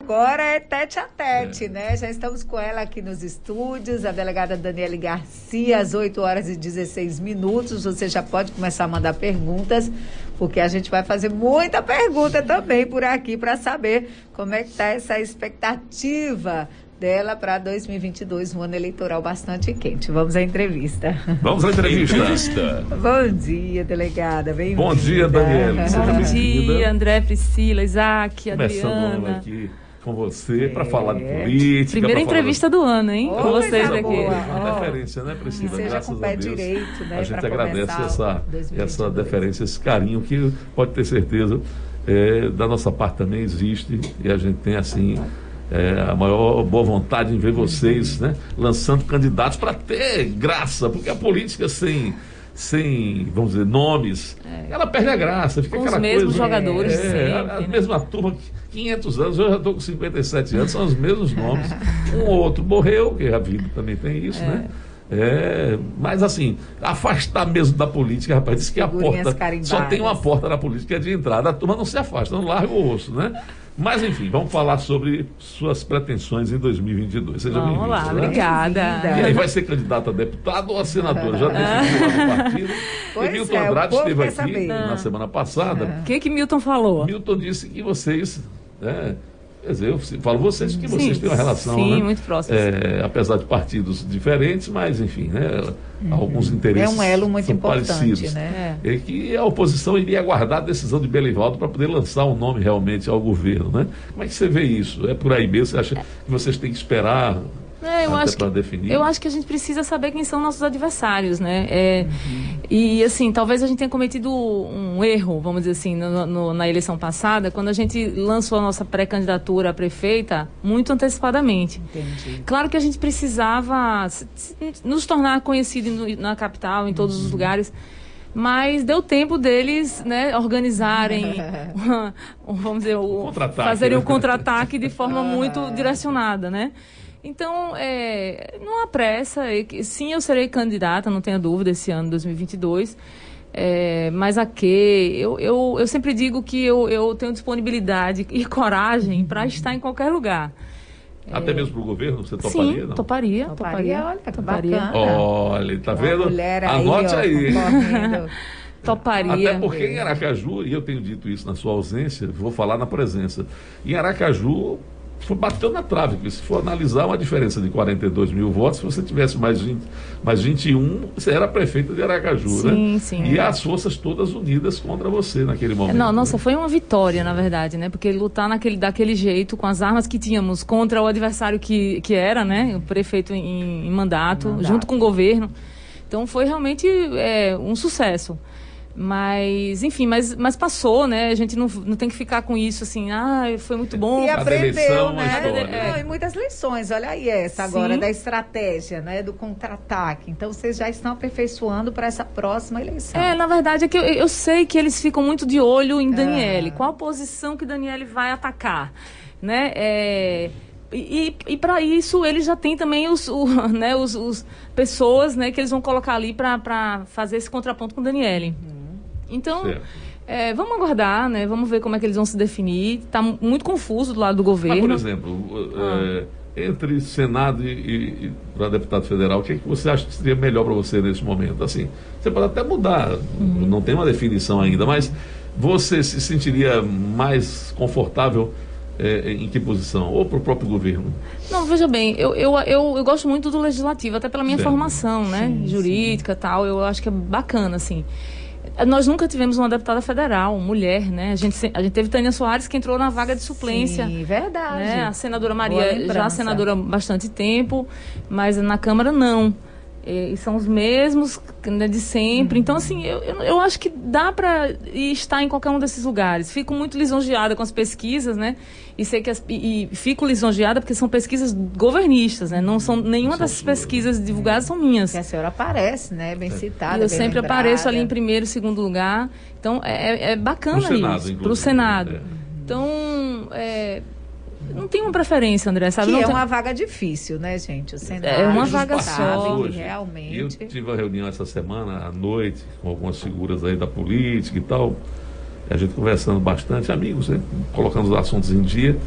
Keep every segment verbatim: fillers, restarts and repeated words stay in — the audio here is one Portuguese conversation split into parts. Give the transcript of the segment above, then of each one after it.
agora é tete a tete, é. né? Já estamos com ela aqui nos estúdios, a delegada Daniele Garcia, às oito horas e dezesseis minutos. Você já pode começar a mandar perguntas, porque a gente vai fazer muita pergunta também por aqui para saber como é que está essa expectativa dela para dois mil e vinte e dois, um ano eleitoral bastante quente. Vamos à entrevista. Vamos à entrevista. Bom dia, delegada. Bem-vinda. Bom dia, Daniele. Bom dia, André, Priscila, Isaac, Começando Adriana. aqui com você É. para falar de política. Primeira entrevista do ano, hein? Oh, com vocês coisa aqui. boa. Uma Oh. deferência, né, Priscila? Que seja Graças com pé a Deus. direito, né, A gente pra agradece começar essa, dois mil e vinte e essa dois. deferência, esse carinho que pode ter certeza é, da nossa parte também existe e a gente tem assim é, a maior boa vontade em ver vocês, né, lançando candidatos para ter graça, porque a política sem sem, vamos dizer, nomes, é. ela perde a graça. Fica com aquela os mesmos coisa, jogadores é, sempre, a, a né? mesma turma, quinhentos anos, eu já estou com cinquenta e sete anos, são os mesmos nomes. Um ou outro morreu, que a vida também tem isso, É. né? É, mas assim, afastar mesmo da política, rapaz, diz que a porta, só tem uma porta na política, é de entrada, a turma não se afasta, não larga o osso, né? Mas enfim, vamos falar sobre suas pretensões em dois mil e vinte e dois. Seja bem-vinda. Vamos lá, né? obrigada. E aí, vai ser candidata a deputado ou a senadora? Já decidiu lá no partido. Pois E Milton é, o Andrade povo esteve quer aqui saber. na semana passada. O que que Milton falou? Milton disse que vocês, né, quer dizer, eu falo vocês que vocês Sim, têm uma relação, sim, né, muito próximos. é, apesar de partidos diferentes, mas enfim, né, alguns interesses É um elo muito são importante, parecidos. né? E que a oposição iria aguardar a decisão de Belivaldo para poder lançar um nome realmente ao governo, né? Como é que você vê isso? É por aí mesmo? Você acha que vocês têm que esperar É, eu, até acho para que, definir? eu acho que a gente precisa saber quem são nossos adversários, né? É, uhum. E, assim, talvez a gente tenha cometido um erro, vamos dizer assim, no, no, na eleição passada, quando a gente lançou a nossa pré-candidatura a prefeita muito antecipadamente. Entendi. Claro que a gente precisava se, se, nos tornar conhecidos na capital, em todos uhum. os lugares, mas deu tempo deles, né, organizarem, uma, vamos dizer, o, fazerem o contra-ataque de forma muito direcionada, né? Então, é, não há pressa. Sim, eu serei candidata, não tenha dúvida, esse ano, dois mil e vinte e dois. É, mas a quê? Eu, eu, eu sempre digo que eu, eu tenho disponibilidade e coragem para estar em qualquer lugar. Até é... mesmo para o governo, você toparia? Sim, não? toparia. Toparia, olha, que toparia. bacana. Olha, tá vendo? Aí, Anote ó, aí. Toparia. Até porque em Aracaju, e eu tenho dito isso na sua ausência, vou falar na presença, em Aracaju bateu na trave, porque se for analisar uma diferença de quarenta e dois mil votos, se você tivesse mais, vinte, mais vinte e um, você era prefeita de Aracaju, sim, né? Sim, E as forças todas unidas contra você naquele momento. Não, nossa, né? foi uma vitória, na verdade, né? Porque lutar naquele, daquele jeito, com as armas que tínhamos, contra o adversário que, que era, né? O prefeito em, em mandato, mandato, junto com o governo. Então foi realmente é, um sucesso. Mas, enfim, mas, mas passou, né? A gente não, não tem que ficar com isso assim, ah, foi muito bom. E aprendeu, né? História, é. Não, e muitas lições, olha aí essa agora, sim, da estratégia, né? Do contra-ataque. Então, vocês já estão aperfeiçoando para essa próxima eleição. É, na verdade, é que eu, eu sei que eles ficam muito de olho em Daniele. Ah. Qual a posição que Daniele vai atacar, né? É... E, e, e para isso eles já têm também os, o, né, os, os pessoas, né, que eles vão colocar ali para fazer esse contraponto com Daniele. Uhum. Então, é, vamos aguardar, né? Vamos ver como é que eles vão se definir. Está muito confuso do lado do governo. Mas, por exemplo, ah. é, entre Senado e, e, e para deputado federal, o que, é que você acha que seria melhor para você nesse momento? Assim, você pode até mudar, uhum. não tem uma definição ainda, mas você se sentiria mais confortável é, em que posição? Ou para o próprio governo? Não, veja bem, eu, eu, eu, eu gosto muito do legislativo, até pela minha certo. formação, né? Sim, jurídica e tal, eu acho que é bacana, assim. Nós nunca tivemos uma deputada federal, mulher, né? A gente, a gente teve Tânia Soares, que entrou na vaga de suplência. Sim, verdade. Né? A senadora Maria, já senadora há bastante tempo, mas na Câmara não. E são os mesmos, né, de sempre. Uhum. Então, assim, eu, eu, eu acho que dá para estar em qualquer um desses lugares. Fico muito lisonjeada com as pesquisas, né? E, sei que as, e, e fico lisonjeada porque são pesquisas governistas, né? Não são, nenhuma não dessas são pesquisas divulgadas é. são minhas. Porque a senhora aparece, né? Bem é. citada, e eu bem sempre lembrada. apareço ali em primeiro, segundo lugar. Então, é, é bacana Pro Senado, isso. Para o Senado. É. Então, é... não tem uma preferência, André, sabe? Que não é tem... uma vaga difícil, né, gente? O Senado, é uma vaga só. Hoje, realmente. Eu tive uma reunião essa semana à noite com algumas figuras aí da política e tal. A gente conversando bastante, amigos, né? Colocando os assuntos em dia.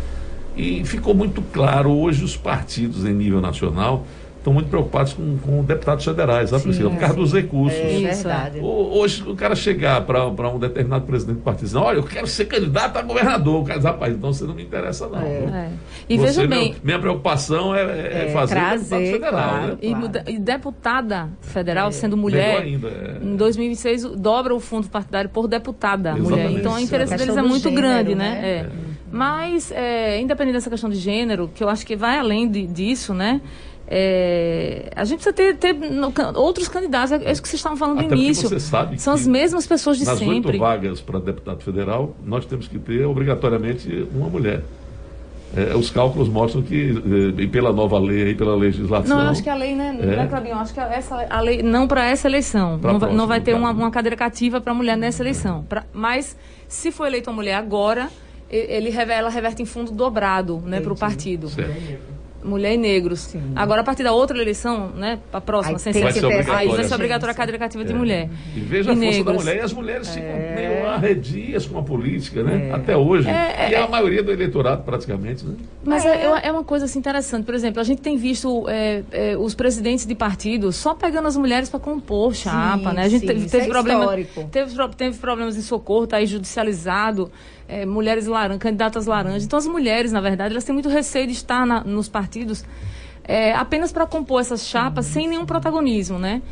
E ficou muito claro, hoje os partidos em nível nacional estão muito preocupados com, com deputados federais, sabe, Priscila? Por causa dos recursos. É verdade. Hoje o cara chegar para um determinado presidente do partido e dizer, olha, eu quero ser candidato a governador. O cara diz, rapaz, então você não me interessa não. É. É. E você, veja bem... Minha, minha preocupação é, é, é fazer trazer, deputado federal. Claro, né? E, claro. e deputada federal, É. sendo mulher, ainda, é. em dois mil e vinte e seis dobra o fundo partidário por deputada Exatamente. mulher. Então, o interesse Isso, a deles é questão do muito gênero, grande, né? né? É. É. Mas, é, independente dessa questão de gênero, que eu acho que vai além de, disso, né? É, a gente precisa ter, ter no, outros candidatos, é isso que vocês estavam falando Até no início. você sabe São as mesmas pessoas de nas sempre. oito vagas para deputado federal, nós temos que ter obrigatoriamente uma mulher. É, os cálculos mostram que, e pela nova lei, aí, pela legislação... Não, eu acho que a lei, né, É. né Clabinho? Eu acho que essa, a lei, não para essa eleição. Pra Não vai, não próxima, vai ter no uma, caso. uma cadeira cativa para mulher nessa eleição. Pra, mas, se for eleita uma mulher agora, e- ele revela, ela reverte em fundo dobrado, né, para o partido. Certo. Mulher e negros. Sim. Agora, a partir da outra eleição, né, para a próxima, Aí sem tem ser- que ter essa- aí vai ser sim, obrigatória a cadeira cativa de É. mulher. E veja E a força da negros. mulher, e as mulheres ficam É. meio arredias com a política, né? Até hoje. É, e é, a maioria do eleitorado, praticamente, né? Mas É. é, é uma coisa assim, interessante. Por exemplo, a gente tem visto é, é, os presidentes de partidos só pegando as mulheres para compor chapa, Sim, né? A gente sim, teve, isso teve, é problema, histórico. teve, pro- teve problemas em Socorro, tá aí judicializado, é, mulheres laranjas, candidatas laranjas. Então, as mulheres, na verdade, elas têm muito receio de estar na- nos partidos é, apenas para compor essas chapas sem nenhum protagonismo, né?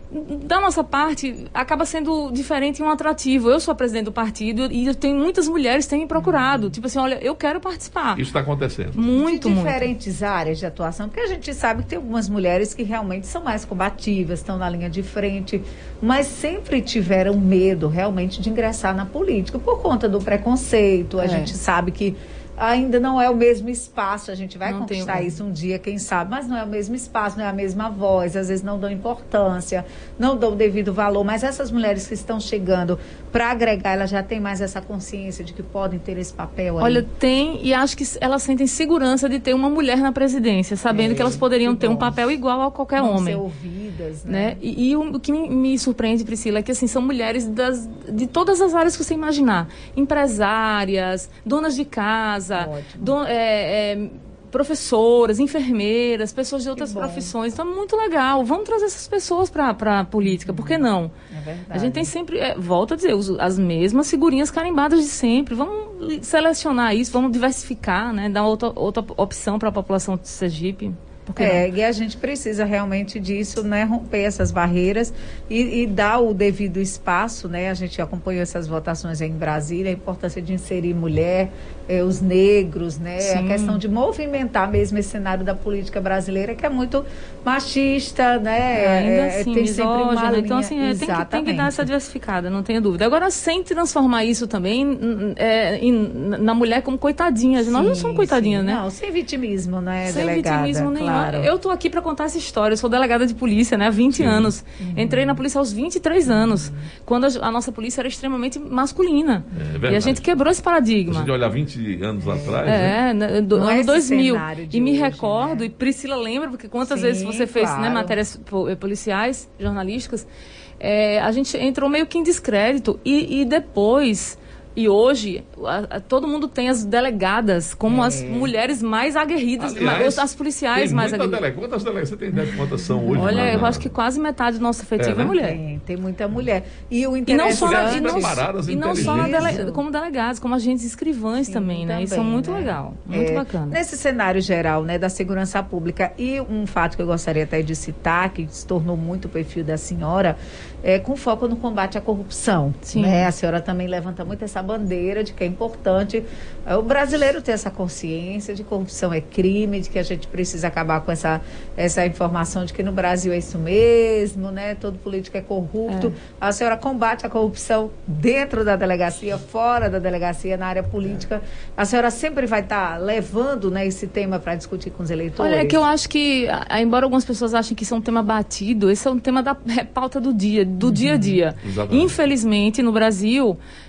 Da nossa parte, acaba sendo diferente e um atrativo. Eu sou a presidente do partido e eu tenho muitas mulheres que têm me procurado. Tipo assim, olha, eu quero participar. Isso está acontecendo. Muito, de muito. diferentes áreas de atuação, porque a gente sabe que tem algumas mulheres que realmente são mais combativas, estão na linha de frente, mas sempre tiveram medo realmente de ingressar na política, por conta do preconceito. A É. gente sabe que ainda não é o mesmo espaço, a gente vai Não conquistar tem- isso um dia, quem sabe, mas não é o mesmo espaço, não é a mesma voz, às vezes não dão importância, não dão o devido valor, mas essas mulheres que estão chegando para agregar, elas já têm mais essa consciência de que podem ter esse papel aí. Olha, tem, e acho que elas sentem segurança de ter uma mulher na presidência, sabendo É, que elas poderiam que ter um bom. papel igual a qualquer Vão homem. ser ouvidas, né? Né? E, e o, o que me, me surpreende, Priscila, é que assim, são mulheres das, de todas as áreas que você imaginar. Empresárias, donas de casa, Ótimo. don- é, é, professoras, enfermeiras, pessoas de outras bom. profissões. Então, é muito legal. Vamos trazer essas pessoas para a política, por que não? É verdade. A gente tem sempre, é, volto a dizer, os- as mesmas figurinhas carimbadas de sempre. Vamos selecionar isso, vamos diversificar, né? Dar outra, outra opção para a população de Sergipe. Por que É, não? e a gente precisa realmente disso, né, romper essas barreiras e, e dar o devido espaço, né? A gente acompanhou essas votações aí em Brasília, a importância de inserir mulher, eh, os negros, né? A Sim. questão de movimentar mesmo esse cenário da política brasileira, que é muito machista, né? É, ainda É, assim, tem sempre uma misógino. linha... Então, assim, é, tem, que, tem que dar Exatamente. essa diversificada, não tenha dúvida. Agora, sem transformar isso também n- é, em- na mulher como coitadinha. Nós não Sim, somos coitadinhas, sim. né? Não, sem vitimismo, né, Sem delegada? vitimismo nenhum. Claro. Eu tô aqui para contar essa história. Eu sou delegada de polícia, né? Há vinte anos. Entrei na polícia aos vinte e três anos, quando a, a nossa polícia era extremamente masculina. É e verdade. a gente quebrou esse Se a paradigma. gente olhar vinte anos atrás, né? É, né, do, Não é ano esse dois mil. cenário de E me hoje, recordo, né? e Priscila lembra, porque quantas Sim, vezes você fez né, claro. matérias po- eh, policiais, jornalísticas, é, a gente entrou meio que em descrédito. E, e depois, e hoje, a- a- todo mundo tem as delegadas como É. as mulheres mais aguerridas, Aliás, ma- as policiais tem mais muita aguerridas. dele... Quantas delegadas você tem ideia de quantas são hoje? Olha, na- eu na- acho que quase metade do nosso efetivo É, é, né? mulher. Tem, tem muita mulher. E o E não só, na, interessante... e não, preparadas, e não só na inteligentes. dele, como delegados, como agentes escrivães Sim, também, né? Isso é também, muito né? legal, muito É, bacana. Nesse cenário geral, né, da segurança pública, e um fato que eu gostaria até de citar, que se tornou muito o perfil da senhora, é com foco no combate à corrupção. Sim. Né? A senhora também levanta muito essa bandeira de que é importante é, o brasileiro ter essa consciência de que corrupção é crime, de que a gente precisa acabar com essa, essa informação de que no Brasil é isso mesmo, né? Todo político é corrupto. A senhora combate a corrupção dentro da delegacia, fora da delegacia, na área política. A senhora sempre vai estar levando, né, esse tema para discutir com os eleitores? Olha, é que eu acho que, a- embora algumas pessoas achem que isso é um tema batido, esse é um tema da é pauta do dia, do dia a dia. Exatamente. Infelizmente, no Brasil,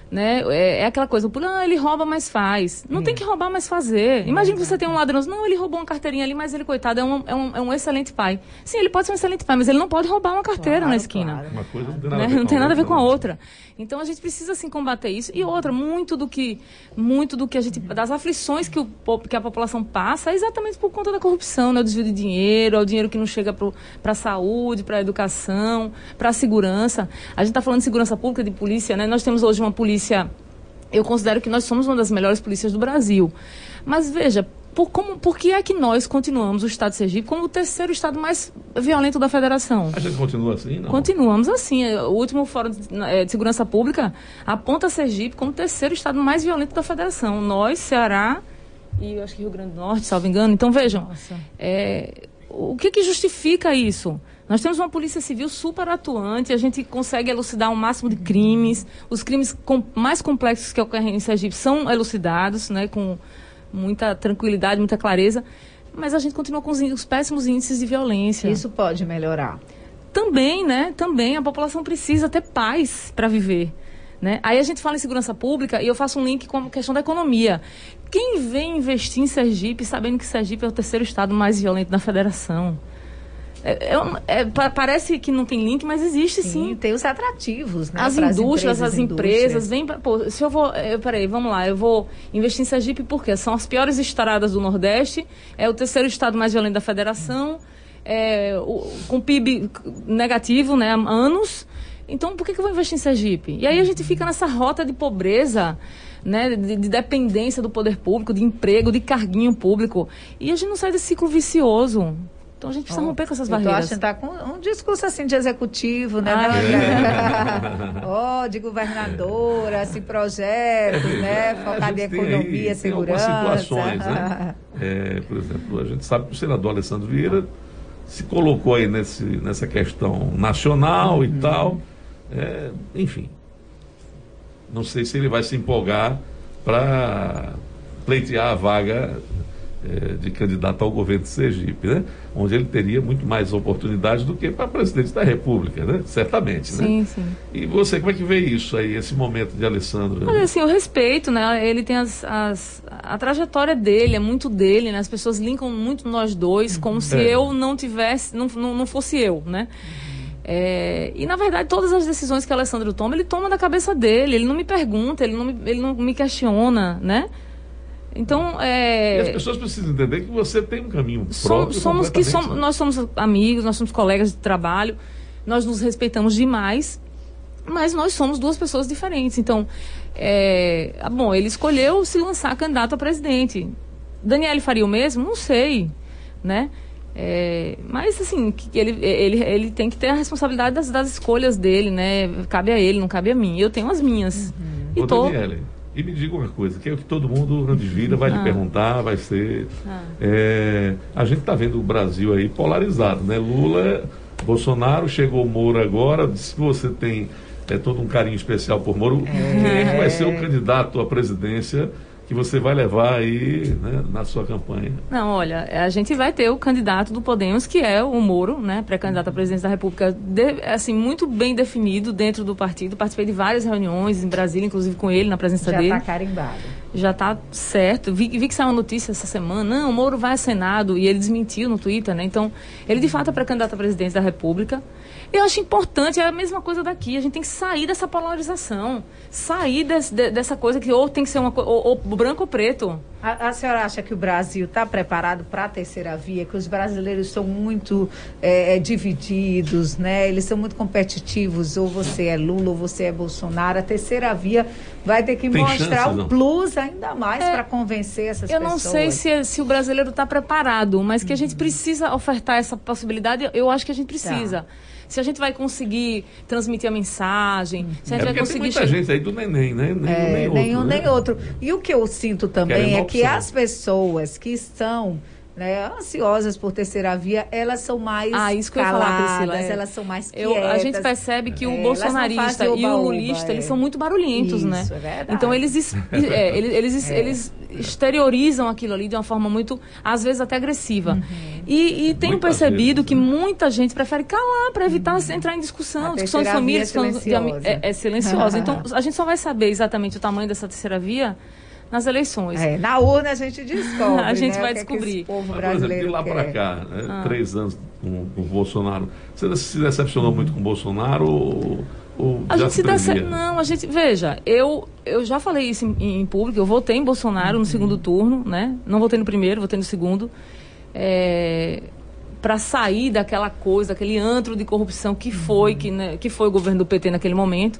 Né? É, é aquela coisa, ah, ele rouba, mas faz. Não hum. tem que roubar, mas fazer. Imagina que você tem um ladrão, não, ele roubou uma carteirinha ali, mas ele, coitado, é um, é um, é um excelente pai. Sim, ele pode ser um excelente pai, mas ele não pode roubar uma carteira claro, na esquina. Claro. Uma coisa não tem nada, né? a, ver não tem nada a ver com a outra. outra. Então a gente precisa assim combater isso. E outra, muito do que, muito do que a gente, das aflições que, o, que a população passa é exatamente por conta da corrupção, né? O desvio de dinheiro, é o dinheiro que não chega para a saúde, para a educação, para a segurança. A gente está falando de segurança pública, de polícia, né? Nós temos hoje uma polícia. Eu considero que nós somos uma das melhores polícias do Brasil. Mas, veja, por, como, por que é que nós continuamos o Estado de Sergipe como o terceiro estado mais violento da federação? A gente continua assim, não? Continuamos assim. O último Fórum de, de Segurança Pública aponta Sergipe como o terceiro estado mais violento da federação. Nós, Ceará e eu acho que Rio Grande do Norte, salvo engano. Então, vejam, é, o que, que justifica isso? Nós temos uma polícia civil super atuante, a gente consegue elucidar o máximo de crimes, os crimes com, mais complexos que ocorrem em Sergipe são elucidados, né, com muita tranquilidade, muita clareza, mas a gente continua com os, os péssimos índices de violência. Isso pode melhorar. Também, né, também a população precisa ter paz para viver. Né? Aí a gente fala em segurança pública e eu faço um link com a questão da economia. Quem vem investir em Sergipe sabendo que Sergipe é o terceiro estado mais violento da federação? É, é, é, parece que não tem link, mas existe sim. sim. Tem os atrativos, né? As indústrias, as empresas, vem pra, pô, se eu vou, eu, peraí, vamos lá, eu vou investir em Sergipe porque são as piores estradas do Nordeste, é o terceiro estado mais violento da federação, é, o, com P I B negativo, né, há anos. Então, por que, que eu vou investir em Sergipe? E aí a gente fica nessa rota de pobreza, né, de, de dependência do poder público, de emprego, de carguinho público, e a gente não sai desse ciclo vicioso. Então a gente precisa oh, romper com essas barreiras. Então a gente está com um discurso assim de executivo, né? Ó, oh, de governadora, assim, projetos, né? Focado em economia, aí, segurança. Tem algumas situações, né? É, por exemplo, a gente sabe que o senador Alessandro Vieira se colocou aí nesse, nessa questão nacional uhum. e tal. É, enfim, não sei se ele vai se empolgar para pleitear a vaga é, de candidato ao governo de Sergipe, né? Onde ele teria muito mais oportunidades do que para presidente da República, né? Certamente, sim, né? Sim. E você, como é que vê isso aí, esse momento de Alessandro? Olha, assim, eu respeito, né? Ele tem as, as, a trajetória dele, é muito dele, né? As pessoas linkam muito nós dois, como se é. eu não tivesse, não, não, não fosse eu, né? É, e, na verdade, todas as decisões que o Alessandro toma, ele toma da cabeça dele, ele não me pergunta, ele não me, ele não me questiona, né? Então, é... E as pessoas precisam entender que você tem um caminho próprio. Somos, somos que somos, nós somos amigos, nós somos colegas de trabalho, nós nos respeitamos demais, mas nós somos duas pessoas diferentes. Então, é... bom, ele escolheu se lançar candidato a presidente. Daniele faria o mesmo? Não sei, né? É... Mas, assim, que ele, ele, ele tem que ter a responsabilidade das, das escolhas dele, né? Cabe a ele, não cabe a mim. Eu tenho as minhas. Uhum. E tô... Daniele, e me diga uma coisa, que é o que todo mundo de vida vai ah. lhe perguntar, vai ser... Ah. É, a gente está vendo o Brasil aí polarizado, né? Lula, Bolsonaro, chegou o Moro agora, disse que você tem é, todo um carinho especial por Moro. É. Quem é que vai ser o candidato à presidência que você vai levar aí, né, na sua campanha? Não, olha, a gente vai ter o candidato do Podemos, que é o Moro, né, pré-candidato à presidência da República, de, assim, muito bem definido dentro do partido. Participei de várias reuniões em Brasília, inclusive com ele, na presença Já dele. Já está carimbado. Já está certo. Vi, vi que saiu uma notícia essa semana, não, o Moro vai ao Senado, e ele desmentiu no Twitter, né? Então, ele de fato é pré-candidato à presidência da República. Eu acho importante, é a mesma coisa daqui, a gente tem que sair dessa polarização, sair des, de, dessa coisa que ou tem que ser uma ou, ou branco ou preto. A, a senhora acha que o Brasil está preparado para a terceira via, que os brasileiros são muito é, divididos, né? Eles são muito competitivos, ou você é Lula ou você é Bolsonaro. A terceira via vai ter que tem mostrar chance, um plus ainda mais é, para convencer essas eu pessoas. Eu não sei se, se o brasileiro está preparado, mas que a gente precisa ofertar essa possibilidade, eu acho que a gente precisa. Tá. Se a gente vai conseguir transmitir a mensagem, hum. se a gente é vai conseguir... Tem muita che... gente aí do neném, né? Nem, é, nem nenhum outro, nem né? outro. E o que eu sinto também é que as pessoas que estão né, ansiosas por terceira via, elas são mais ah, isso que caladas, eu ia falar, Priscila, é. elas são mais quietas. Eu, a gente percebe que o é, bolsonarista e o lulista, é. eles são muito barulhentos, isso, né? É verdade. Então eles, é, eles, eles, é. eles exteriorizam aquilo ali de uma forma muito, às vezes até agressiva. Uhum. E, e tenho Muitas percebido vezes, que né? muita gente prefere calar para evitar uhum. entrar em discussão, a discussão de família, é silenciosa. De, é, é silenciosa. Então a gente só vai saber exatamente o tamanho dessa terceira via nas eleições. É, na urna a gente descobre. A gente né, vai o que descobrir. É que esse povo Mas, brasileiro por exemplo, de lá para cá, né, ah. três anos com, com o Bolsonaro, você se decepcionou muito com o Bolsonaro ou, ou a já gente se decep... Não, a gente... Veja, eu, eu já falei isso em, em público, eu votei em Bolsonaro uhum. no segundo turno, né? Não votei no primeiro, votei no segundo. É... para sair daquela coisa, daquele antro de corrupção que foi, uhum. que, né, que foi o governo do P T naquele momento.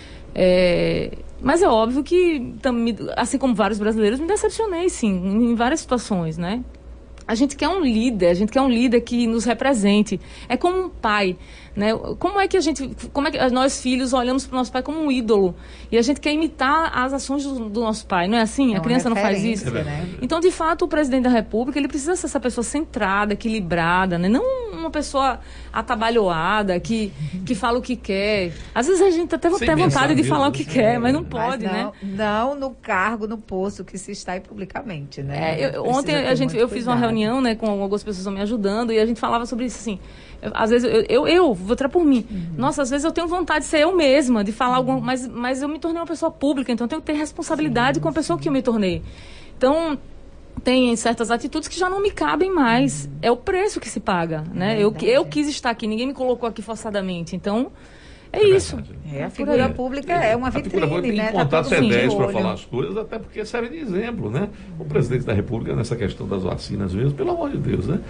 É... Mas é óbvio que, assim como vários brasileiros, me decepcionei, sim, em várias situações, né? A gente quer um líder, a gente quer um líder que nos represente. É como um pai, né? Como é que a gente, como é que nós filhos olhamos para o nosso pai como um ídolo e a gente quer imitar as ações do, do nosso pai, não é assim? É a criança não faz isso. Né? Então, de fato, o presidente da República, ele precisa ser essa pessoa centrada, equilibrada, né? Não uma pessoa atabalhoada, que, que fala o que quer. Às vezes a gente até tem vontade de falar o que quer, mas não pode, mas não, né? Não no cargo, no posto que se está aí publicamente, né? É, eu, ontem a gente, eu fiz uma reunião, né, com algumas pessoas me ajudando e a gente falava sobre isso, assim, eu, às vezes eu, eu, eu vou tirar por mim, uhum. nossa, às vezes eu tenho vontade de ser eu mesma, de falar uhum. algum, mas, mas eu me tornei uma pessoa pública, então eu tenho que ter responsabilidade sim, com a pessoa sim. que eu me tornei. Então, tem certas atitudes que já não me cabem mais, uhum. é o preço que se paga, né? É eu, eu quis estar aqui, ninguém me colocou aqui forçadamente, então... É, é isso. É, a figura pública é uma vitrine, a figura pública né? tem que contar tá até dez para falar as coisas, até porque serve de exemplo, né? O presidente da República, nessa questão das vacinas mesmo, pelo amor de Deus, né?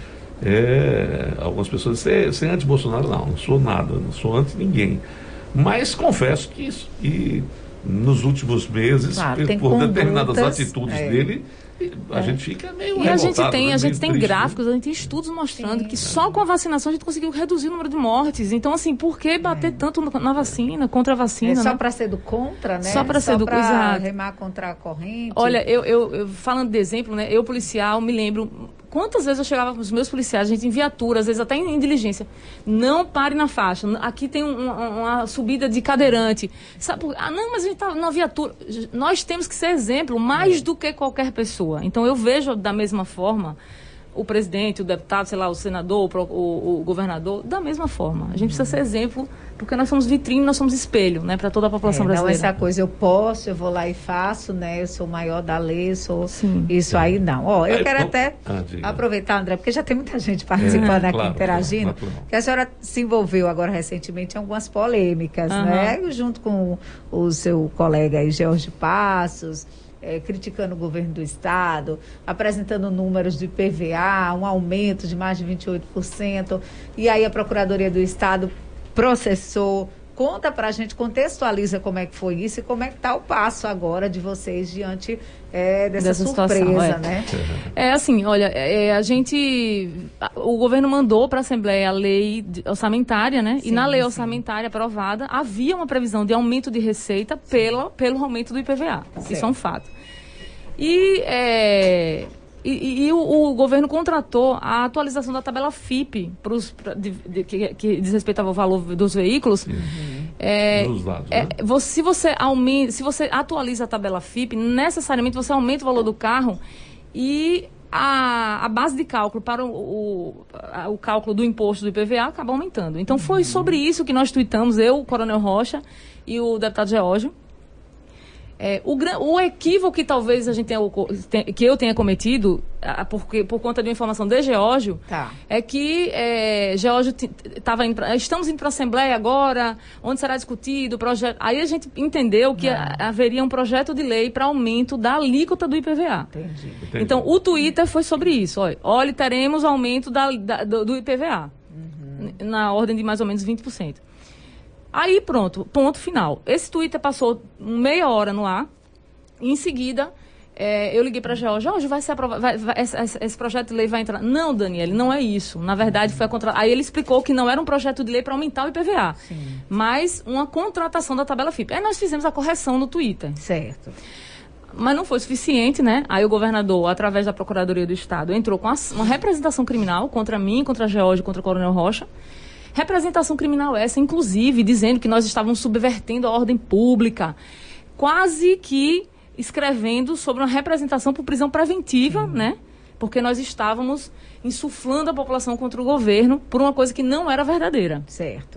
É, algumas pessoas dizem, sem anti-Bolsonaro, não, não sou nada, não sou anti-ninguém. Mas confesso que isso, e nos últimos meses, claro, por condutas, determinadas atitudes é. dele, a é. gente fica meio E a gente tem, né? a gente tem triste, gráficos, né? a gente tem estudos mostrando Sim. que só com a vacinação a gente conseguiu reduzir o número de mortes. Então, assim, por que bater é. tanto na vacina, contra a vacina? É só né? para ser do contra, né? Só para ser do contra. Remar contra a corrente. Olha, eu, eu, eu falando de exemplo, né? Eu, policial, me lembro quantas vezes eu chegava com os meus policiais, a gente em viatura, às vezes até em, em diligência. Não pare na faixa. Aqui tem um, uma, uma subida de cadeirante. Sabe por... Ah, não, mas a gente está na viatura. Nós temos que ser exemplo mais do que qualquer pessoa. Então, eu vejo da mesma forma o presidente, o deputado, sei lá, o senador, o, o, o governador, da mesma forma. A gente precisa ser exemplo, porque nós somos vitrine, nós somos espelho, né, para toda a população é, brasileira. Não essa coisa, eu posso, eu vou lá e faço, né, eu sou o maior da lei, sou Sim. isso aí não. Ó, eu é, quero bom, até ah, aproveitar, André, porque já tem muita gente participando é, aqui, claro, interagindo, claro, claro. que a senhora se envolveu agora recentemente em algumas polêmicas, uhum. né, junto com o seu colega aí, Jorge Passos, É, criticando o governo do Estado, apresentando números de I P V A, um aumento de mais de vinte e oito por cento, e aí a Procuradoria do Estado processou. Conta pra gente, contextualiza como é que foi isso e como é que está o passo agora de vocês diante é, dessa, dessa surpresa, situação, é. né? É assim, olha, é, a gente, o governo mandou para a Assembleia a lei orçamentária, né? Sim, e na lei sim. orçamentária aprovada, havia uma previsão de aumento de receita pela, pelo aumento do I P V A. Certo. Isso é um fato. E... É, E, e, e o, o governo contratou a atualização da tabela F I P pros, pra, de, de, que, que diz respeito ao valor dos veículos. Uhum. É, lados, é, né? você, se, você aumenta, se você atualiza a tabela F I P, necessariamente você aumenta o valor do carro e a, a base de cálculo para o, o, a, o cálculo do imposto do I P V A acaba aumentando. Então foi uhum. sobre isso que nós tuitamos, eu, o Coronel Rocha e o deputado Geórgio. É, o, o equívoco que talvez a gente tenha, que eu tenha cometido, porque, por conta de uma informação de Geórgio, tá. é que é, Geórgio estava indo pra, estamos indo para a Assembleia agora, onde será discutido o projeto. Aí a gente entendeu que a, haveria um projeto de lei para aumento da alíquota do I P V A. Entendi. Entendi. Então, o Twitter foi sobre isso. Olha, olha teremos aumento da, da, do, do I P V A, uhum. na ordem de mais ou menos vinte por cento. Aí pronto, ponto final. Esse Twitter passou meia hora no ar. E em seguida, é, eu liguei para a Geórgio. Geórgio, vai ser aprovado, vai, vai, esse, esse projeto de lei vai entrar. Não, Daniele, não é isso. Na verdade, foi a contra... Aí ele explicou que não era um projeto de lei para aumentar o I P V A. Sim. Mas uma contratação da tabela F I P. Aí nós fizemos a correção no Twitter. Certo. Mas não foi suficiente, né? Aí o governador, através da Procuradoria do Estado, entrou com uma representação criminal contra mim, contra a George, contra o Coronel Rocha. Representação criminal essa, inclusive, dizendo que nós estávamos subvertendo a ordem pública, quase que escrevendo sobre uma representação por prisão preventiva, uhum. né? Porque nós estávamos insuflando a população contra o governo por uma coisa que não era verdadeira. Certo.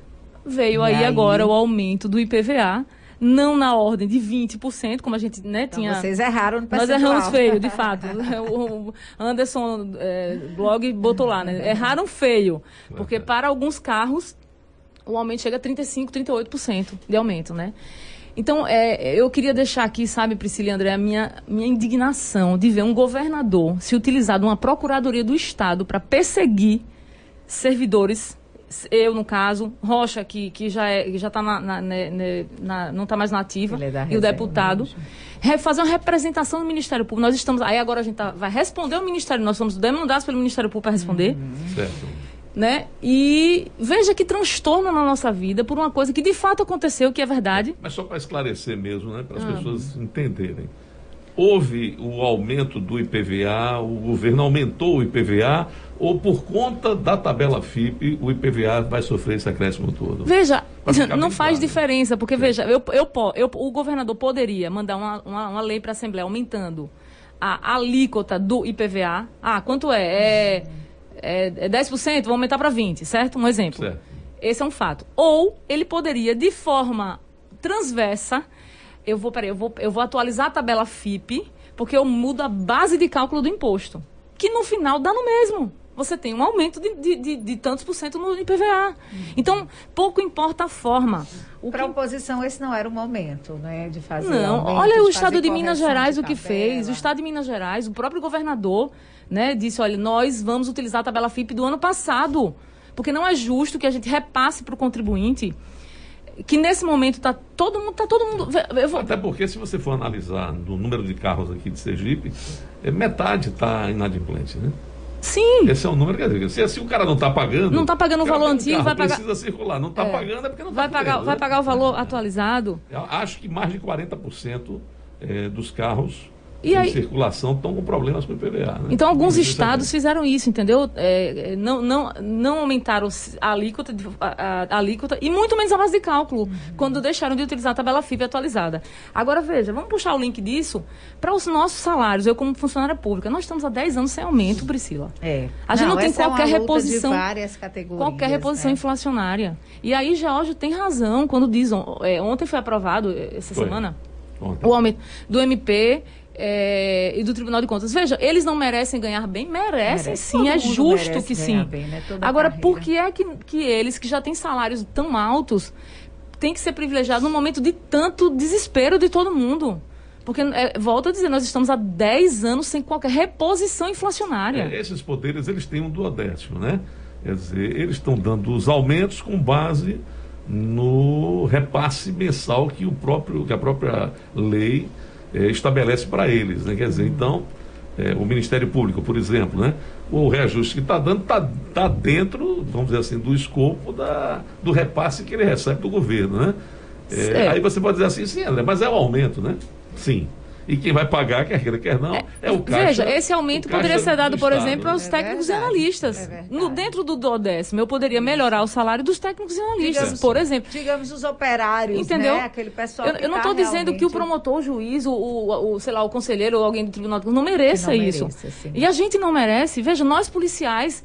Veio aí, aí agora o aumento do I P V A, não na ordem de vinte por cento, como a gente né, então tinha... Vocês erraram no percentual. Nós erramos feio, de fato. O Anderson é, Blog botou lá, né? Erraram feio, porque para alguns carros o aumento chega a trinta e cinco por cento, trinta e oito por cento de aumento, né? Então, é, eu queria deixar aqui, sabe, Priscila e André, a minha, minha indignação de ver um governador se utilizar de uma Procuradoria do Estado para perseguir servidores. Eu, no caso, Rocha, que, que já é, já está na, na, na, não está mais na ativa, é e reserva, o deputado, né? Fazer uma representação do Ministério Público. Nós estamos, aí agora a gente tá, vai responder o Ministério, nós fomos demandados pelo Ministério Público para responder. Uhum. Certo. Né? E veja que transtorno na nossa vida por uma coisa que de fato aconteceu, que é verdade. Mas só para esclarecer mesmo, né, para as ah. pessoas entenderem. Houve o aumento do I P V A, o governo aumentou o I P V A, ou por conta da tabela F I P, o I P V A vai sofrer esse acréscimo todo? Veja, não faz claro. diferença, porque Sim. veja, eu, eu, eu, o governador poderia mandar uma, uma, uma lei para a Assembleia aumentando a alíquota do I P V A. Ah, quanto é? É, é, é dez por cento, vou aumentar para vinte por cento, certo? Um exemplo. Certo. Esse é um fato. Ou ele poderia, de forma transversa, eu vou, peraí, eu vou, eu vou atualizar a tabela F I P, porque eu mudo a base de cálculo do imposto, que no final dá no mesmo. Você tem um aumento de, de, de, de tantos por cento no I P V A. Uhum. Então, pouco importa a forma. Para a que... oposição, esse não era o momento, né, de fazer Não, aumento, olha de o Estado de Minas Gerais de o que fez. O Estado de Minas Gerais, o próprio governador, né, disse, olha, nós vamos utilizar a tabela F I P do ano passado, porque não é justo que a gente repasse para o contribuinte, que nesse momento está todo mundo... Tá todo mundo eu vou... Até porque, se você for analisar no número de carros aqui de Sergipe, é, metade está inadimplente, né? Sim. Esse é o número, quer dizer, se assim o cara não está pagando... Não está pagando o valor um antigo, vai pagar... precisa circular, não está é. pagando é porque não está vai pagar, podendo, vai né? pagar o valor atualizado. Eu acho que mais de quarenta por cento é, dos carros e em aí... circulação estão com problemas com o I P V A, né? Então, alguns estados fizeram isso, entendeu? É, não, não, não aumentaram a alíquota, a, a alíquota e muito menos a base de cálculo, uhum. quando deixaram de utilizar a tabela F I P atualizada. Agora, veja, vamos puxar o link disso para os nossos salários. Eu, como funcionária pública, nós estamos há dez anos sem aumento, Priscila. É. A gente não, não tem qualquer é reposição, de várias categorias, qualquer reposição né? inflacionária. E aí, George tem razão quando diz, é, ontem foi aprovado, essa foi. semana, ontem. o aumento do M P... É, e do Tribunal de Contas. Veja, eles não merecem ganhar bem? Merecem, merece. sim, é justo que sim. Bem, né? Agora, por que é que, que eles, que já têm salários tão altos, têm que ser privilegiados num momento de tanto desespero de todo mundo? Porque, é, volto a dizer, nós estamos há dez anos sem qualquer reposição inflacionária. É, esses poderes, eles têm um duodécimo, né? Quer dizer, eles estão dando os aumentos com base no repasse mensal que, o próprio, que a própria lei É, estabelece para eles, né? Quer dizer, então, é, o Ministério Público, por exemplo, né? O reajuste que está dando está tá dentro, vamos dizer assim, do escopo da, do repasse que ele recebe do governo, né? É, aí você pode dizer assim, sim, André, mas é o aumento, né? Sim. E quem vai pagar, quer queira, quer não, é, é o caixa. Veja, esse aumento poderia ser dado, por Estado, exemplo, né? aos é técnicos verdade, e analistas. É no, dentro do duodécimo, eu poderia melhorar o salário dos técnicos e analistas, digamos, por exemplo. Digamos, os operários, entendeu? Né? Aquele pessoal eu, que eu não estou tá dizendo realmente... que o promotor, o juiz, o, o, o, sei lá, o conselheiro ou alguém do tribunal não mereça não isso. Mereça, e a gente não merece. Veja, nós policiais...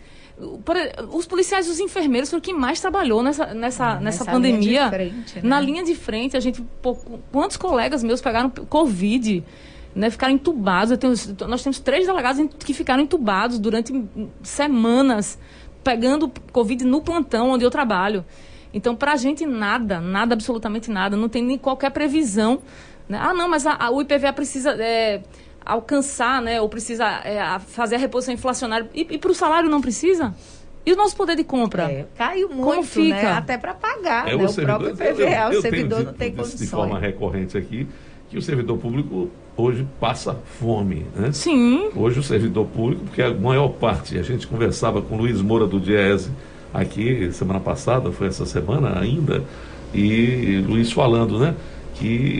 Os policiais e os enfermeiros foram quem mais trabalhou nessa, nessa, nessa, nessa pandemia. Linha de frente, né? Na linha de frente, a gente... Pô, quantos colegas meus pegaram Covid... Né, ficaram entubados. Eu tenho, nós temos três delegados que ficaram entubados durante semanas, pegando Covid no plantão onde eu trabalho. Então, para a gente, nada, nada, absolutamente nada. Não tem nem qualquer previsão. Né? Ah, não, mas a, a, o I P V A precisa é, alcançar, né, ou precisa é, a fazer a reposição inflacionária. E, e para o salário não precisa? E o nosso poder de compra? É, caiu muito, como fica? Né? Até para pagar. É, né? o, o próprio I P V A, eu, eu, o servidor tenho não tem dito, condições. De forma recorrente aqui, que o servidor público hoje passa fome, né? Sim. Hoje o servidor público, porque a maior parte, a gente conversava com o Luiz Moura do Diese aqui semana passada, foi essa semana ainda, e Luiz falando, né, que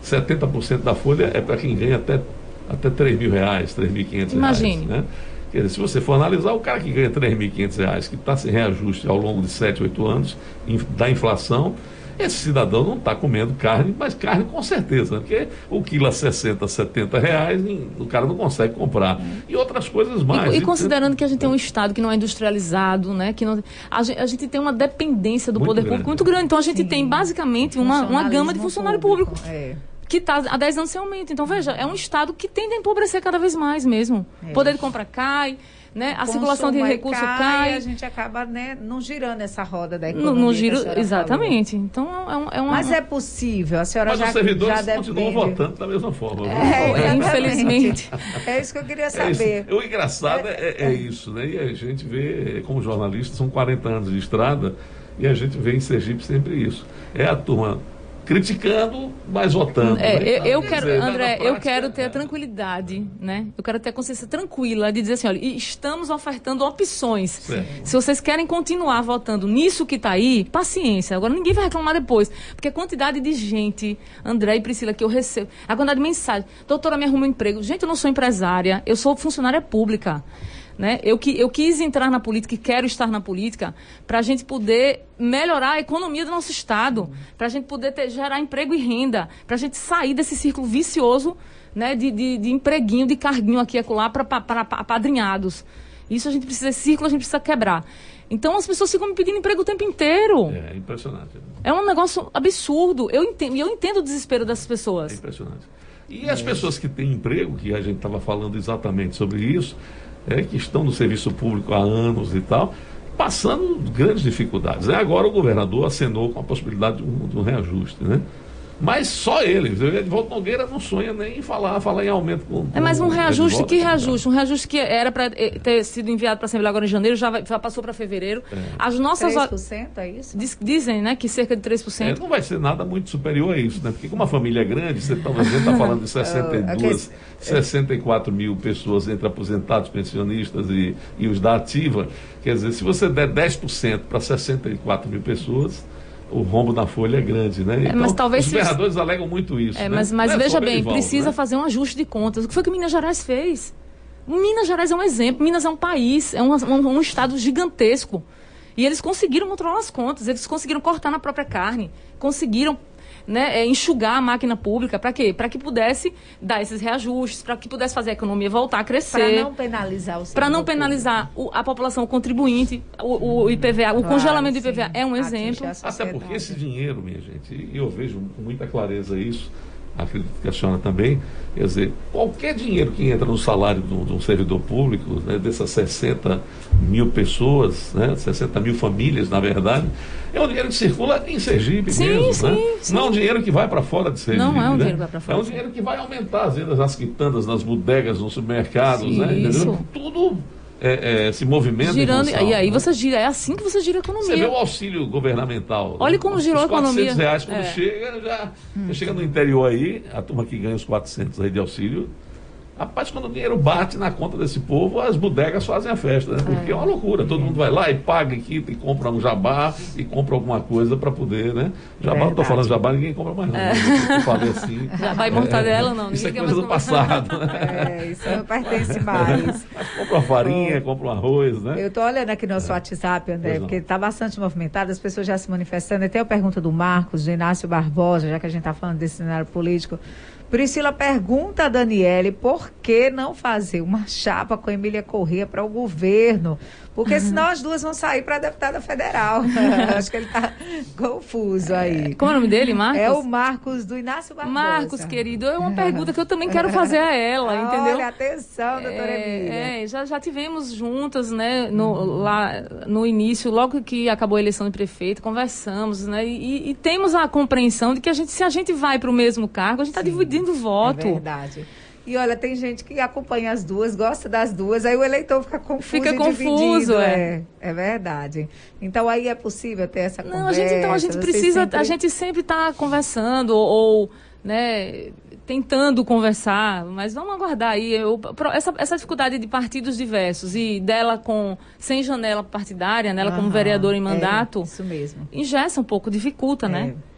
setenta por cento da folha é para quem ganha até, até três mil reais, três mil e quinhentos reais. Imagine. Né? Quer dizer, se você for analisar, o cara que ganha três mil e quinhentos reais, que está sem reajuste ao longo de sete, oito anos, da inflação, esse cidadão não está comendo carne, mas carne com certeza, porque o quilo a sessenta, setenta reais, o cara não consegue comprar. E outras coisas mais. E, e considerando que a gente tem um Estado que não é industrializado, né, que não, a, gente, a gente tem uma dependência do muito poder grande. público muito grande. Então a gente Sim. tem basicamente uma, uma gama de funcionário público. público. É. Que está há dez anos sem aumento. Então, veja, é um Estado que tende a empobrecer cada vez mais mesmo. O é. poder de compra cai, né? A circulação de recursos cai, cai. E a gente acaba, né, não girando essa roda da economia. No, no giro, exatamente. Falou. Então, é, um, é uma... Mas é possível, a senhora Mas já, os servidores já continuam depende. votando da mesma forma. É, infelizmente. É isso que eu queria saber. É o engraçado é, é, é isso, né? E a gente vê, como jornalista, são quarenta anos de estrada, e a gente vê em Sergipe sempre isso. É a turma criticando, mas votando. É, né? eu, eu quero, dizer, André, prática, eu quero ter a tranquilidade, né? Eu quero ter a consciência tranquila de dizer assim, olha, estamos ofertando opções. Certo. Se vocês querem continuar votando nisso que está aí, paciência. Agora ninguém vai reclamar depois, porque a quantidade de gente, André e Priscila, que eu recebo, a quantidade de mensagem, doutora, me arruma um emprego. Gente, eu não sou empresária, eu sou funcionária pública. Né? Eu, que, eu quis entrar na política e quero estar na política para a gente poder melhorar a economia do nosso Estado, para a gente poder ter, gerar emprego e renda, para a gente sair desse círculo vicioso, né, de, de, de empreguinho, de carguinho aqui e acolá para apadrinhados. Isso a gente precisa, esse círculo a gente precisa quebrar. Então as pessoas ficam me pedindo emprego o tempo inteiro. É impressionante. É um negócio absurdo. Eu entendo, eu entendo o desespero dessas pessoas. É impressionante. E as pessoas que têm emprego, que a gente estava falando exatamente sobre isso, É, que estão no serviço público há anos e tal, passando grandes dificuldades. Né? Agora o governador acenou com a possibilidade de um, de um reajuste, né? Mas só ele, Edivaldo Nogueira não sonha nem em falar, falar em aumento. Com, com é mais um reajuste, Edivaldo, que reajuste? Um reajuste que era para ter sido enviado para a Assembleia agora em janeiro, já, vai, já passou para fevereiro. É. As nossas três por cento é isso? Diz, dizem, né, que cerca de três por cento. É, não vai ser nada muito superior a isso, né? Porque como uma família é grande, você está falando de sessenta e duas, sessenta e quatro mil pessoas entre aposentados, pensionistas e, e os da ativa. Quer dizer, se você der dez por cento para sessenta e quatro mil pessoas, o rombo na folha é grande, né? Então, é, mas talvez os governadores se... alegam muito isso. É, né? Mas, mas é veja bem, Edivaldo, precisa né? fazer um ajuste de contas. O que foi que Minas Gerais fez? Minas Gerais é um exemplo. Minas é um país, é um, um, um estado gigantesco. E eles conseguiram controlar as contas, eles conseguiram cortar na própria carne, conseguiram, né, enxugar a máquina pública. Para quê? Para que pudesse dar esses reajustes, para que pudesse fazer a economia voltar a crescer. Para não penalizar o Para não penalizar o, a população o contribuinte, o, o I P V A, o claro, congelamento do I P V A sim. é um exemplo. Até porque esse dinheiro, minha gente, e eu vejo com muita clareza isso, acredito que a senhora também, quer dizer, qualquer dinheiro que entra no salário de um, de um servidor público, né, dessas sessenta mil pessoas, né, sessenta mil famílias, na verdade, é um dinheiro que circula em Sergipe sim, mesmo. Sim, né? sim. Não é um dinheiro que vai para fora de Sergipe. Não é um né? dinheiro que vai para fora. É um dinheiro que vai aumentar as vendas nas quitandas, nas bodegas, nos supermercados, né, entendeu? Tudo... É, é, se movimenta girando, função, e aí né? você gira, é assim que você gira a economia. Você vê o auxílio governamental. Olha como os, girou os a economia. quatrocentos reais quando é. chega, já, hum. já chega no interior aí, a turma que ganha os quatrocentos aí de auxílio, rapaz, quando o dinheiro bate na conta desse povo, as bodegas fazem a festa, né? Porque é, é uma loucura, todo mundo vai lá e paga aqui, e compra um jabá e compra alguma coisa para poder, né? Jabá, não estou falando jabá, ninguém compra mais não. É. Eu falei assim. Jabá e mortadela, não. Isso é coisa do passado. Né? É, isso não pertence mais. Compra uma farinha, oh. compra um arroz, né? Eu estou olhando aqui no nosso é. WhatsApp, André, porque está bastante movimentado, as pessoas já se manifestando. Até a pergunta do Marcos, do Inácio Barbosa, já que a gente está falando desse cenário político. Priscila pergunta a Daniele por que não fazer uma chapa com a Emília Corrêa para o governo, porque senão as duas vão sair para a deputada federal. Acho que ele está confuso aí. Como é o nome dele, Marcos? É o Marcos do Inácio Barbosa. Marcos, querido, é uma pergunta que eu também quero fazer a ela, entendeu? Olha, atenção, doutora é, Emília. É, já, já tivemos juntas, né, no, lá no início, logo que acabou a eleição de prefeito, conversamos, né, e, e temos a compreensão de que a gente, se a gente vai para o mesmo cargo, a gente está dividindo o voto. É verdade. E olha, tem gente que acompanha as duas, gosta das duas, aí o eleitor fica confuso fica e confuso, dividido. É. é. É verdade. Então aí é possível ter essa Não, conversa. A gente, então a gente precisa, sempre... a gente sempre está conversando ou, né, tentando conversar, mas vamos aguardar aí. Eu, essa, essa dificuldade de partidos diversos e dela com sem janela partidária, nela uhum, como vereadora em mandato, é, isso mesmo. engessa um pouco, dificulta, é. né?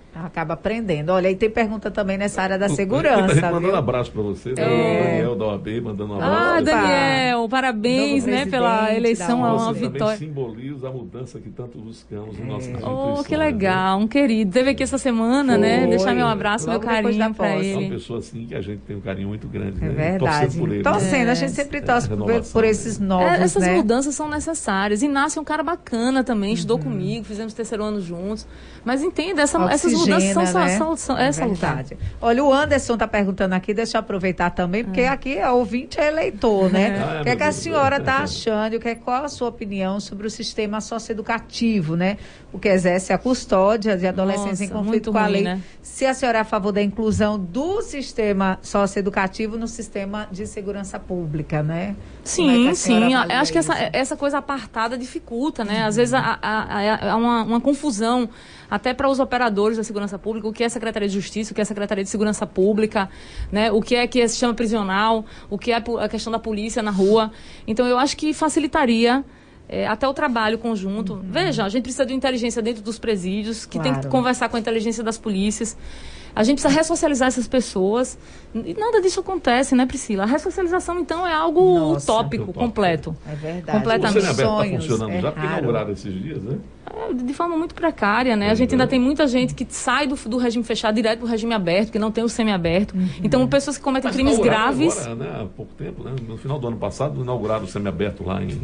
Acaba aprendendo. Olha, aí tem pergunta também nessa área da segurança. Tem gente mandando viu? abraço para você. Né? É. O Daniel da O A B mandando um abraço. Ah, Daniel, parabéns, né, pela eleição, a uma você vitória. Também simboliza a mudança que tanto buscamos em nossa É. instituição. Oh, que legal, né? Um querido. Teve aqui essa semana, Foi. né? Deixar meu abraço, Logo meu carinho para É ele. uma pessoa assim que a gente tem um carinho muito grande. É né? verdade. Torcendo por ele. Torcendo, É. a gente sempre torce É, por, renovação, por esses novos, É, essas né? mudanças são necessárias. Inácio é um cara bacana também, estudou comigo, fizemos terceiro ano juntos. Mas entenda, essa, essas mudanças são, Oxigena, né? são, são é É salutar. verdade. Olha, o Anderson está perguntando aqui, deixa eu aproveitar também, porque aqui é ouvinte, é eleitor, né? É. O que é que a Ai, meu senhora Deus. está achando? O que é, qual a sua opinião sobre o sistema socioeducativo, né? O que exerce a custódia de adolescentes Nossa, em conflito muito com a ruim, lei. né? Se a senhora é a favor da inclusão do sistema socioeducativo no sistema de segurança pública, né? Como é que Sim, a senhora sim. avalia Acho que essa, isso? essa coisa apartada dificulta, né? Às vezes há, há, há uma, uma confusão até para os operadores da segurança pública, o que é Secretaria de Justiça, o que é Secretaria de Segurança Pública, né? O que é que é sistema prisional, o que é a questão da polícia na rua. Então, eu acho que facilitaria é, até o trabalho conjunto. Uhum. Veja, a gente precisa de inteligência dentro dos presídios, que Claro. tem que conversar com a inteligência das polícias. A gente precisa ressocializar essas pessoas. E nada disso acontece, né, Priscila? A ressocialização, então, é algo Nossa. utópico, Utópico. completo. É verdade. Completamente. O Semeaberto está Sonhos, funcionando é já, porque raro. inauguraram esses dias, né? É, de forma muito precária, né? É, A gente ainda é. tem muita gente que sai do, do regime fechado direto para o regime aberto, que não tem o semiaberto. Uhum. Então, pessoas que cometem Mas crimes inauguraram graves... Agora, né, há pouco tempo, né? No final do ano passado, inauguraram o semiaberto lá em,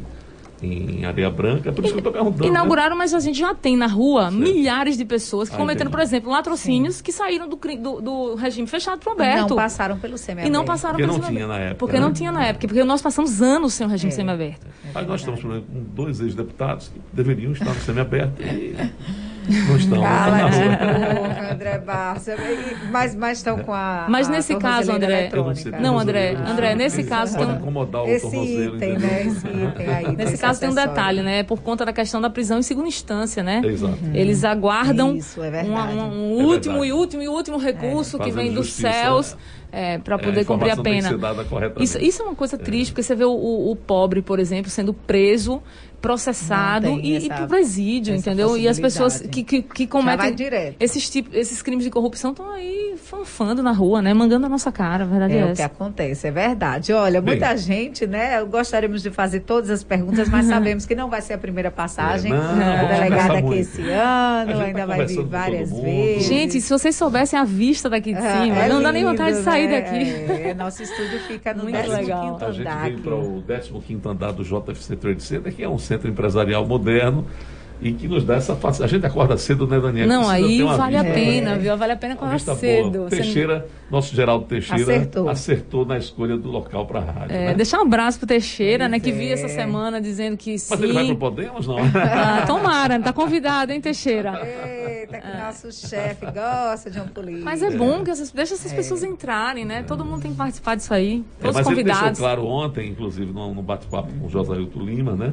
em Areia Branca. É por isso que eu estou perguntando. Inauguraram, mas a gente já tem na rua Certo. milhares de pessoas que Ah, cometeram, entendi. por exemplo, latrocínios que saíram do, cri- do, do regime fechado para o aberto. Não passaram pelo semiaberto. E não passaram Porque pelo não semiaberto. tinha na época, Porque né? não tinha na época. Porque nós passamos anos sem o regime É. semiaberto. É Aí nós estamos, verdade. por exemplo, com dois ex-deputados que deveriam estar no semiaberto e não estão. Cala estão de na rua. boca, André Barça. E- Mas, mas estão com a. Mas a nesse caso, tornozeleira André- Eu eletrônica. sei, Não, André, tornozeleiro, André, isso nesse caso pode tem um- incomodar o Esse tornozelo, item, entendeu? né? Esse item aí. Nesse desse caso tem um acessório. detalhe, né? Por conta da questão da prisão em segunda instância, né? Exato. Eles aguardam Isso, é verdade. uma- um, um É último verdade. e último e último recurso É. que vem Fazendo dos justiça, céus é, para É, poder a cumprir a informação tem que pena. ser dada corretamente. Isso, isso é uma coisa triste, porque você vê o, o- o pobre, por exemplo, sendo preso, processado Não tem e, essa- e para o presídio, essa entendeu? E as pessoas possibilidade. que, que, que Já vai cometem direto. esses, tipos, esses crimes de corrupção estão aí fanfando na rua, né? Mangando a nossa cara, a verdade é, É o que essa. acontece, é verdade. Olha, Bem. muita gente, né? Gostaríamos de fazer todas as perguntas, mas sabemos que não vai ser a primeira passagem É, não, da vamos delegada conversar aqui muito. esse A ano, gente ainda tá vai vir conversando com várias todo mundo. vezes. Gente, se vocês soubessem a vista daqui de Ah, cima, é não dá nem lindo, vontade de sair né? daqui. É, nosso estúdio fica no Muito décimo legal. quinto A gente andar. veio aqui. para o décimo quinto andar do J F C Trade Center, que é um centro empresarial moderno e que nos dá essa facilidade. A gente acorda cedo, né, Daniel? Não, Precisa aí ter uma vale a vista, pena, né? viu? Vale a pena Uma acordar vista cedo. boa. Você- Teixeira, nosso Geraldo Teixeira, Acertou. acertou na escolha do local para a rádio. É, né? deixar um abraço pro Teixeira, Pois né? Que é. vi essa semana dizendo que sim. Mas ele vai para o Podemos, não? Ah, tomara, tá convidado, hein, Teixeira? Eita, que nosso chefe gosta de um político. Mas é bom que essas, deixa essas pessoas entrarem, né? Todo mundo tem que participar disso aí. É, Todos mas ele deixou convidados. claro ontem, inclusive, no, no bate-papo com o Josailton Lima, né?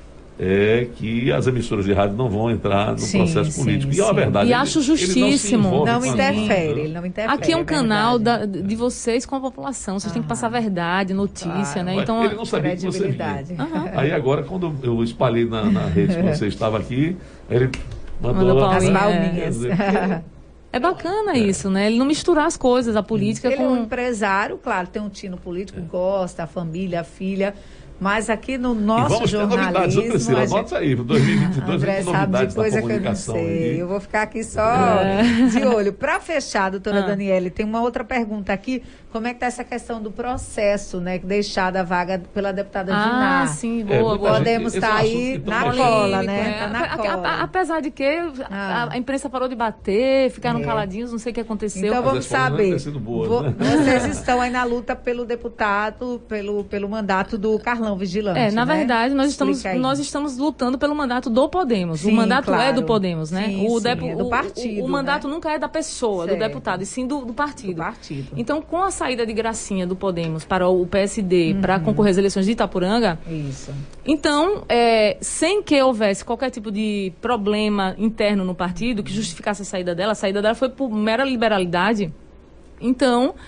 É que as emissoras de rádio não vão entrar no Sim, processo sim, político. E é uma sim. verdade. E ele- acho ele não se justíssimo. envolve Não com a interfere, mídia. ele não interfere. Aqui é um é canal verdade. da- de vocês com a população. Vocês têm que passar verdade, notícia, Claro. né? Mas Então, ele não sabia que você vinha. Credibilidade. Aham. Aí agora, quando eu espalhei na, na rede que você estava aqui, aí ele mandou, Mandou As palminha, palminhas. Quer dizer, é bacana isso, né? Ele não misturar as coisas, a política Ele é um com... empresário, claro, tem um tino político, gosta, a família, a filha. Mas aqui no E nosso vamos ter novidades, jornalismo... viu, Priscila? a gente- Anota aí, para dois mil e vinte e dois André vem com sabe de novidades da coisa que eu não comunicação. sei. aí. Eu vou ficar aqui só de olho. Para fechar, doutora Ah. Daniele, tem uma outra pergunta aqui. Como é que está essa questão do processo, né? Deixada a vaga pela deputada Ah, Diná? sim, É, boa, muita boa. gente- Podemos esse é um estar assunto aí que tá na polêmico, cola, né? é. Tá na A- a- cola. a- Apesar de que a, Ah. a imprensa parou de bater, ficaram É. caladinhos, não sei o que aconteceu. Então As vamos respostas devem saber. ter sido boas, Vo- né? Vocês estão aí na luta pelo deputado, pelo, pelo mandato do Carlão Vigilante. É, na né? verdade, nós estamos, Explica aí. nós estamos lutando pelo mandato do Podemos. Sim, o mandato é claro. do Podemos, né? Sim, o, sim, depu- é do o- partido, O, o mandato né? nunca é da pessoa, Certo. do deputado, e sim do, do partido. Do partido. Então, com a saída de gracinha do Podemos para o P S D, Uhum. para concorrer às eleições de Itapuranga, Isso. então, é, sem que houvesse qualquer tipo de problema interno no partido que justificasse a saída dela, a saída dela foi por mera liberalidade. Então,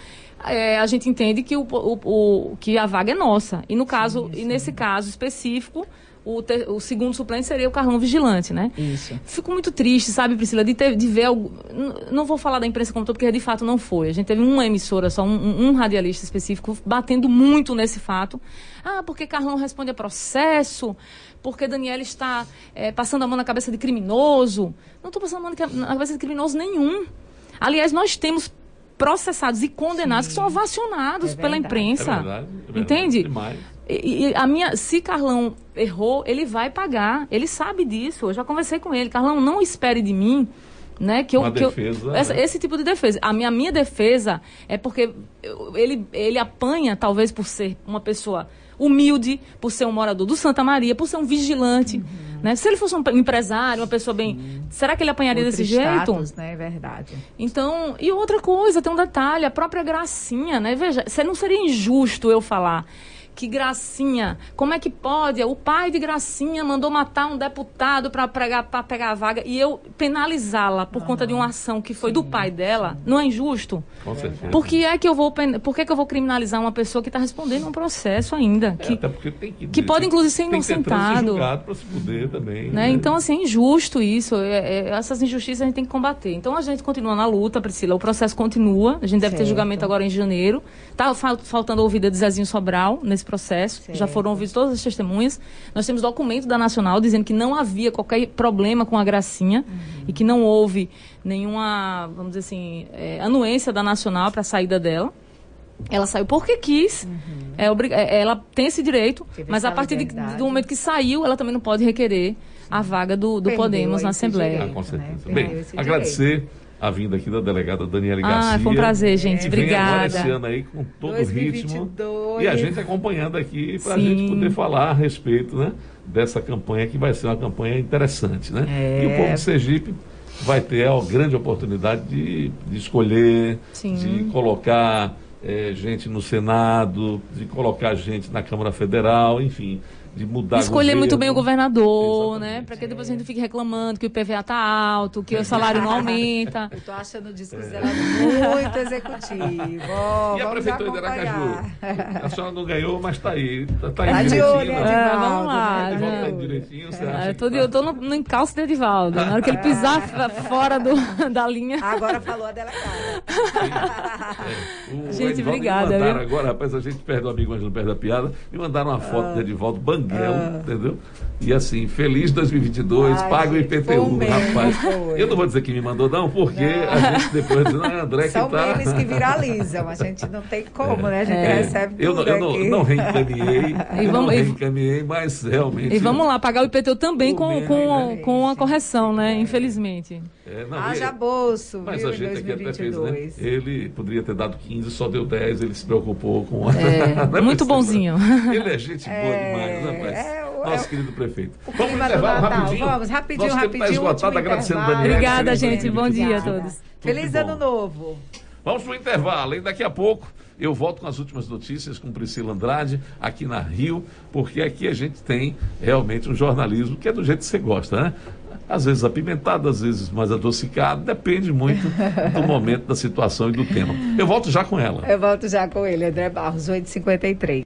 é, a gente entende que, o, o, o, que a vaga é nossa. E, no caso, sim, sim. E nesse caso específico, o, ter, o segundo suplente seria o Carlão Vigilante, né? Isso. Fico muito triste, sabe, Priscila, de, ter, de ver algo... Não vou falar da imprensa como todo, porque de fato não foi. A gente teve uma emissora só, um, um radialista específico, batendo muito nesse fato. Ah, porque Carlão responde a processo, porque Daniela está é, passando a mão na cabeça de criminoso. Não estou passando a mão na cabeça de criminoso nenhum. Aliás, nós temos processados e condenados, sim, que são ovacionados é pela imprensa. É verdade, é verdade, entende? Demais. E, e a minha, se Carlão errou, ele vai pagar. Ele sabe disso. Eu já conversei com ele. Carlão, não espere de mim, né, que eu, uma que defesa, eu, né? essa, esse tipo de defesa. A minha, minha defesa é porque eu, ele, ele apanha, talvez por ser uma pessoa humilde, por ser um morador do Santa Maria, por ser um vigilante. Uhum. Né? Se ele fosse um empresário, uma pessoa bem... Uhum. Será que ele apanharia outro desse status, jeito? Né? É verdade. Então, e outra coisa, tem um detalhe, a própria Gracinha, né? Veja, não seria injusto eu falar que Gracinha, como é que pode? O pai de Gracinha mandou matar um deputado para pegar a vaga e eu penalizá-la por uhum. conta de uma ação que foi sim, do pai dela? Sim. Não é injusto? Com certeza. Por que é que eu vou, por que é que eu vou criminalizar uma pessoa que está respondendo um processo ainda? É, que, até porque tem que, que pode, inclusive, ser inocentado. Para se poder também. Né? Né? Então, assim, é injusto isso. É, é, essas injustiças a gente tem que combater. Então, a gente continua na luta, Priscila. O processo continua. A gente deve certo. ter julgamento agora em janeiro. Está faltando a ouvida de Zezinho Sobral nesse processo. Certo. Já foram ouvidas todas as testemunhas. Nós temos documento da Nacional dizendo que não havia qualquer problema com a Gracinha uhum. e que não houve nenhuma, vamos dizer assim, é, anuência da Nacional para a saída dela. Ela saiu porque quis, uhum. é, obrig... ela tem esse direito, Teve mas a partir de, do momento que saiu, ela também não pode requerer sim. a vaga do, do Podemos na Assembleia. Direito, ah, com certeza. Né? Bem, agradecer direito. a vinda aqui da delegada Daniela Garcia. Ah, foi um prazer, gente. É. Obrigada. Vem agora esse ano aí com todo o ritmo. E a gente acompanhando aqui para a Sim. gente poder falar a respeito, né, dessa campanha que vai ser uma campanha interessante, né? É. E o povo de Sergipe vai ter a grande oportunidade de, de escolher, Sim. de colocar é, gente no Senado, de colocar gente na Câmara Federal, enfim, de mudar escolher governo. muito bem o governador, exatamente, né? Para que depois a gente fique reclamando que o I P V A está alto, que o salário não aumenta. Eu estou achando o discurso dela muito executivo. Oh, e a Prefeitura de Aracaju? A senhora não ganhou, mas está aí. Está tá aí tá direitinho. De olho, né? é, vamos lá. Edivaldo né? tá aí direitinho, você é, acha eu tô, tá... eu tô no, no encalço de Edivaldo. Na hora que ele pisar fora do, da linha... Agora falou a delegada. É, o gente, Edivaldo obrigada. Me mandaram Viu? agora, rapaz, a gente perde o amigo Ângelo, perde a piada. Me mandaram uma foto ah, de Edivaldo Banguelo, ah, entendeu? E assim, feliz dois mil e vinte e dois, ai, paga o I P T U, rapaz. Foi. Eu não vou dizer que me mandou, não, porque não. a gente depois diz, não, André São que tá... memes que viralizam, a gente não tem como, é, né? A gente é. recebe tudo eu não, eu aqui. não, não reencaminhei, e eu vamos, não reencaminhei, mas realmente... E vamos lá, pagar o I P T U também com, mesmo, com, né? com a correção, né? Infelizmente. É, não, Haja bolso, mas viu, a gente dois mil e vinte e dois. Aqui até fez, né? Ele poderia ter dado quinze, só deu dez, ele se preocupou com... É, muito bonzinho. Ele é gente boa é, demais, né, rapaz? É, Nosso é, querido prefeito. Vamos intervalo rapidinho? Vamos, rapidinho, Nosso rapidinho. Tempo tá esgotado, agradecendo Daniela. Obrigada, gente. Bom dia a todos. Feliz ano novo. Vamos para o intervalo, e daqui a pouco eu volto com as últimas notícias com Priscila Andrade, aqui na Rio, porque aqui a gente tem realmente um jornalismo que é do jeito que você gosta, né? Às vezes apimentado, às vezes mais adocicado, depende muito do momento, da situação e do tema. Eu volto já com ela. Eu volto já com ele, André Barros, oito e cinquenta e três.